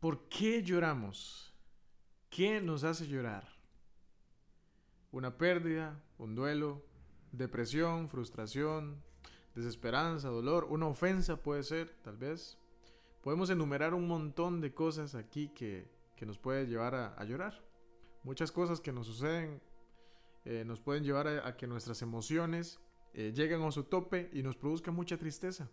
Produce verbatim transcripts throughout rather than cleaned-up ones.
¿Por qué lloramos? ¿Qué nos hace llorar? Una pérdida, un duelo, depresión, frustración, desesperanza, dolor, una ofensa puede ser, tal vez. Podemos enumerar un montón de cosas aquí que, que nos puede llevar a, a llorar. Muchas cosas que nos suceden eh, nos pueden llevar a, a que nuestras emociones eh, lleguen a su tope y nos produzcan mucha tristeza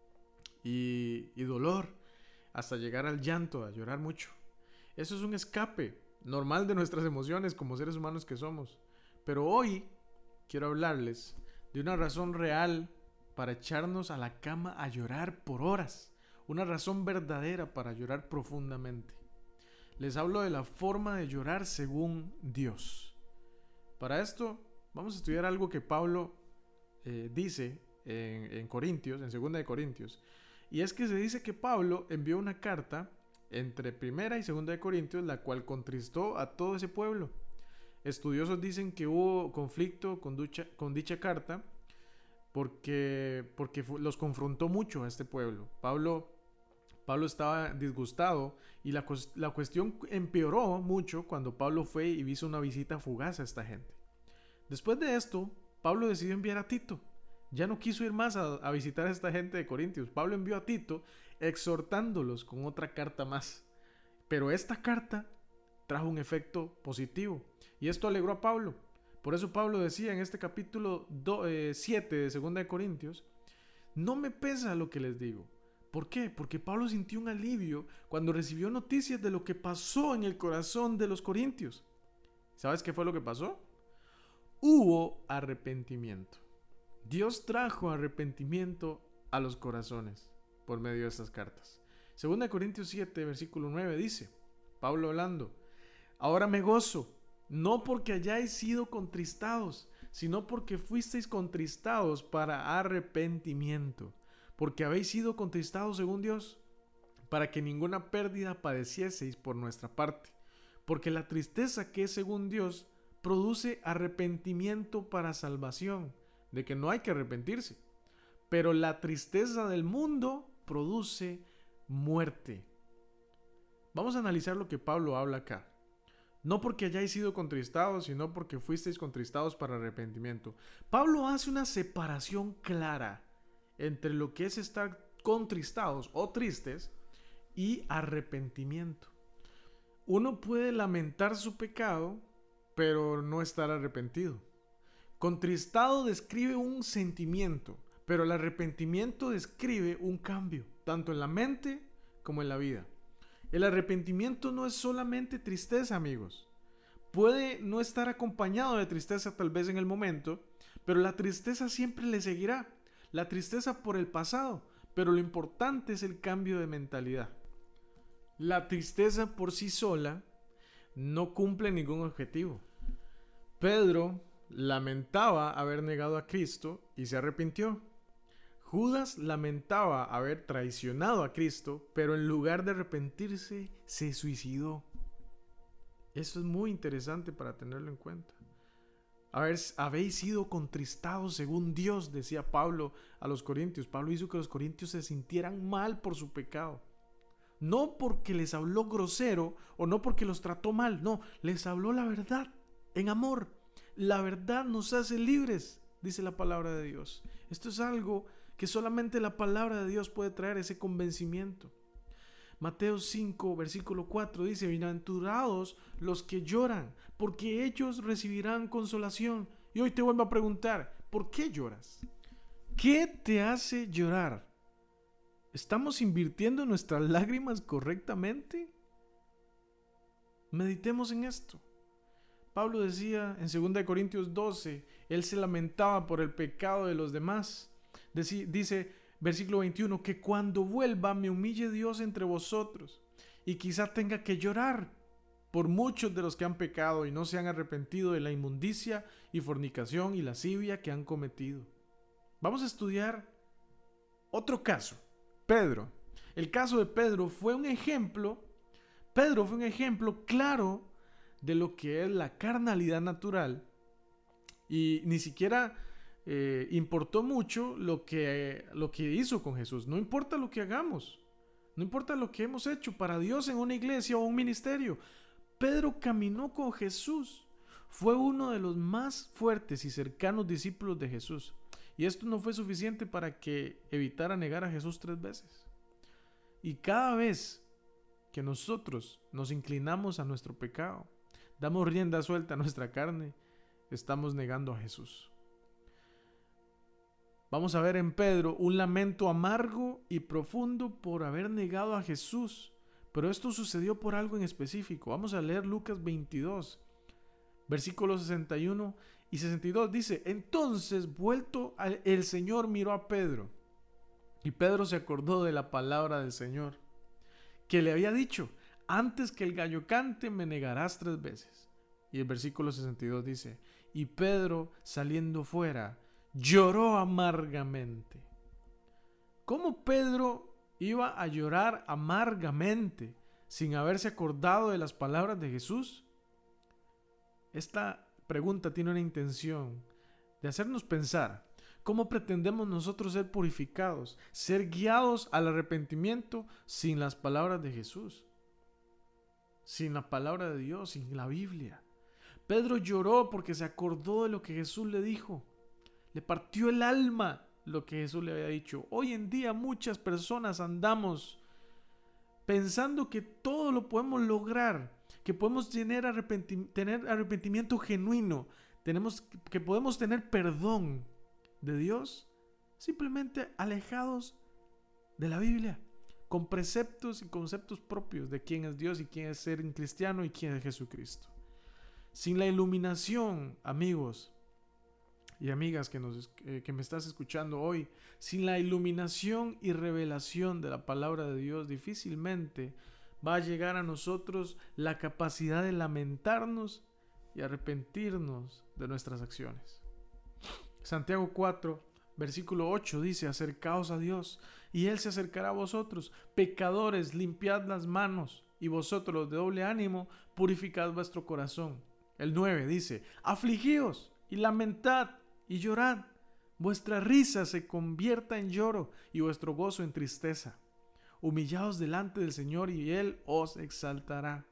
y, y dolor, hasta llegar al llanto, a llorar mucho. Eso es un escape normal de nuestras emociones como seres humanos que somos. Pero hoy quiero hablarles de una razón real para echarnos a la cama a llorar por horas. Una razón verdadera para llorar profundamente. Les hablo de la forma de llorar según Dios. Para esto vamos a estudiar algo que Pablo eh, dice en, en Corintios, en segunda de Corintios. Y es que se dice que Pablo envió una carta entre primera y segunda de Corintios, la cual contristó a todo ese pueblo. Estudiosos dicen que hubo conflicto con, ducha, con dicha carta porque, porque los confrontó mucho a este pueblo. Pablo, Pablo estaba disgustado y la, la cuestión empeoró mucho cuando Pablo fue y hizo una visita fugaz a esta gente. Después de esto, Pablo decidió enviar a Tito. Ya no quiso ir más a, a visitar a esta gente de Corintios. Pablo envió a Tito exhortándolos con otra carta más. Pero esta carta trajo un efecto positivo y esto alegró a Pablo. Por eso Pablo decía en este capítulo siete de segunda de Corintios: no me pesa lo que les digo. ¿Por qué? Porque Pablo sintió un alivio cuando recibió noticias de lo que pasó en el corazón de los corintios. ¿Sabes qué fue lo que pasó? Hubo arrepentimiento. Dios trajo arrepentimiento a los corazones por medio de estas cartas. segunda de Corintios siete, versículo nueve dice, Pablo hablando: ahora me gozo, no porque hayáis sido contristados, sino porque fuisteis contristados para arrepentimiento, porque habéis sido contristados según Dios, para que ninguna pérdida padecieseis por nuestra parte, porque la tristeza que es según Dios produce arrepentimiento para salvación, de que no hay que arrepentirse, pero la tristeza del mundo produce muerte. Vamos a analizar lo que Pablo habla acá. No porque hayáis sido contristados, sino porque fuisteis contristados para arrepentimiento. Pablo hace una separación clara entre lo que es estar contristados o tristes y arrepentimiento. Uno puede lamentar su pecado, pero no estar arrepentido. Contristado describe un sentimiento, pero el arrepentimiento describe un cambio, tanto en la mente como en la vida. El arrepentimiento no es solamente tristeza, amigos. Puede no estar acompañado de tristeza tal vez en el momento, pero la tristeza siempre le seguirá. La tristeza por el pasado, pero lo importante es el cambio de mentalidad. La tristeza por sí sola no cumple ningún objetivo. Pedro lamentaba haber negado a Cristo y se arrepintió. Judas lamentaba haber traicionado a Cristo, pero en lugar de arrepentirse, se suicidó. Esto es muy interesante para tenerlo en cuenta. Habéis sido contristados según Dios, decía Pablo a los corintios. Pablo hizo que los corintios se sintieran mal por su pecado. No porque les habló grosero o no porque los trató mal, no, les habló la verdad en amor. La verdad nos hace libres, dice la palabra de Dios. Esto es algo que solamente la palabra de Dios puede traer, ese convencimiento. Mateo cinco, versículo cuatro dice: bienaventurados los que lloran, porque ellos recibirán consolación. Y hoy te vuelvo a preguntar, ¿por qué lloras? ¿Qué te hace llorar? ¿Estamos invirtiendo nuestras lágrimas correctamente? Meditemos en esto. Pablo decía en segunda de Corintios doce, él se lamentaba por el pecado de los demás. Dice, versículo veintiuno, que cuando vuelva me humille Dios entre vosotros y quizá tenga que llorar por muchos de los que han pecado y no se han arrepentido de la inmundicia y fornicación y lascivia que han cometido. Vamos a estudiar otro caso, Pedro. El caso de Pedro fue un ejemplo, Pedro fue un ejemplo claro de lo que es la carnalidad natural y ni siquiera eh, importó mucho lo que, lo que hizo con Jesús. No importa lo que hagamos, No importa lo que hemos hecho para Dios en una iglesia o un ministerio. Pedro caminó con Jesús. Fue uno de los más fuertes y cercanos discípulos de Jesús. Y esto no fue suficiente para que evitara negar a Jesús tres veces. Y cada vez que nosotros nos inclinamos a nuestro pecado, damos rienda suelta a nuestra carne, estamos negando a Jesús. Vamos a ver en Pedro un lamento amargo y profundo por haber negado a Jesús. Pero esto sucedió por algo en específico. Vamos a leer Lucas veintidós, versículos sesenta y uno y sesenta y dos. Dice: entonces, vuelto el Señor, miró a Pedro. Y Pedro se acordó de la palabra del Señor, que le había dicho: antes que el gallo cante, me negarás tres veces. Y el versículo sesenta y dos dice: y Pedro, saliendo fuera, lloró amargamente. ¿Cómo Pedro iba a llorar amargamente sin haberse acordado de las palabras de Jesús? Esta pregunta tiene una intención de hacernos pensar cómo pretendemos nosotros ser purificados, ser guiados al arrepentimiento sin las palabras de Jesús, sin la palabra de Dios, sin la Biblia. Pedro lloró porque se acordó de lo que Jesús le dijo. Le partió el alma lo que Jesús le había dicho. Hoy en día muchas personas andamos pensando que todo lo podemos lograr, que podemos tener, arrepenti- tener arrepentimiento genuino, tenemos, que podemos tener perdón de Dios, simplemente alejados de la Biblia, con preceptos y conceptos propios de quién es Dios y quién es ser un cristiano y quién es Jesucristo. Sin la iluminación, amigos y amigas que, nos, eh, que me estás escuchando hoy, sin la iluminación y revelación de la palabra de Dios, difícilmente va a llegar a nosotros la capacidad de lamentarnos y arrepentirnos de nuestras acciones. Santiago cuatro, versículo ocho dice: acercaos a Dios, y Él se acercará a vosotros. Pecadores, limpiad las manos, y vosotros los de doble ánimo, purificad vuestro corazón. El nueve dice: afligíos y lamentad y llorad, vuestra risa se convierta en lloro y vuestro gozo en tristeza. Humillaos delante del Señor y Él os exaltará.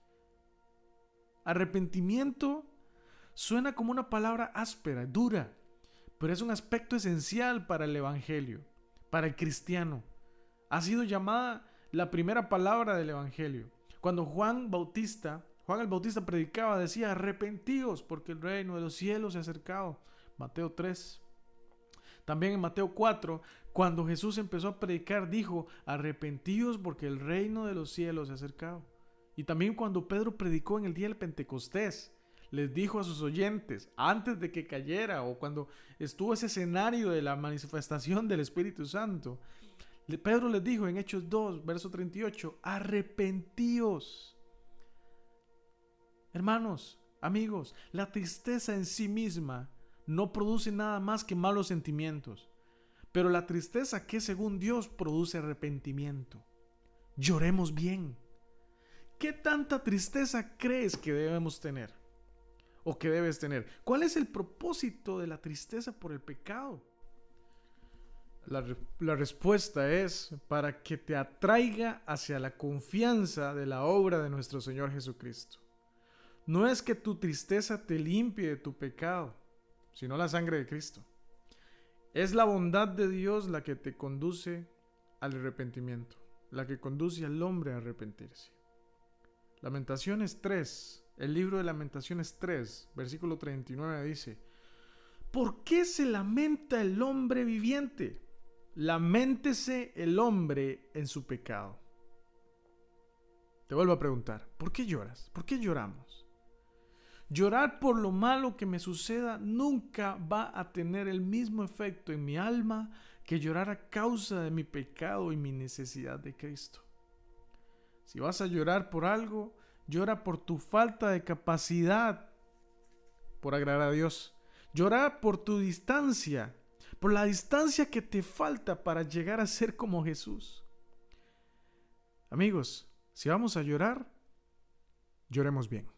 Arrepentimiento suena como una palabra áspera, dura, pero es un aspecto esencial para el evangelio, para el cristiano. Ha sido llamada la primera palabra del evangelio. Cuando Juan Bautista, Juan el Bautista predicaba, decía: arrepentíos porque el reino de los cielos se ha acercado. Mateo tres. También en Mateo cuatro, cuando Jesús empezó a predicar, dijo: arrepentíos porque el reino de los cielos se ha acercado. Y también cuando Pedro predicó en el día del Pentecostés, les dijo a sus oyentes, antes de que cayera, o cuando estuvo ese escenario de la manifestación del Espíritu Santo, Pedro les dijo en Hechos dos, verso treinta y ocho: arrepentíos. Hermanos, amigos, la tristeza en sí misma no produce nada más que malos sentimientos, pero la tristeza que según Dios produce arrepentimiento. Lloremos bien. ¿Qué tanta tristeza crees que debemos tener? ¿O que debes tener? ¿Cuál es el propósito de la tristeza por el pecado? La, la respuesta es para que te atraiga hacia la confianza de la obra de nuestro Señor Jesucristo. No es que tu tristeza te limpie de tu pecado, sino la sangre de Cristo. Es la bondad de Dios la que te conduce al arrepentimiento, la que conduce al hombre a arrepentirse. Lamentaciones tres, el libro de Lamentaciones tres, versículo treinta y nueve dice: ¿por qué se lamenta el hombre viviente? Laméntese el hombre en su pecado. Te vuelvo a preguntar, ¿por qué lloras? ¿Por qué lloramos? Llorar por lo malo que me suceda nunca va a tener el mismo efecto en mi alma que llorar a causa de mi pecado y mi necesidad de Cristo. Si vas a llorar por algo, llora por tu falta de capacidad por agradar a Dios. Llora por tu distancia, por la distancia que te falta para llegar a ser como Jesús. Amigos, si vamos a llorar, lloremos bien.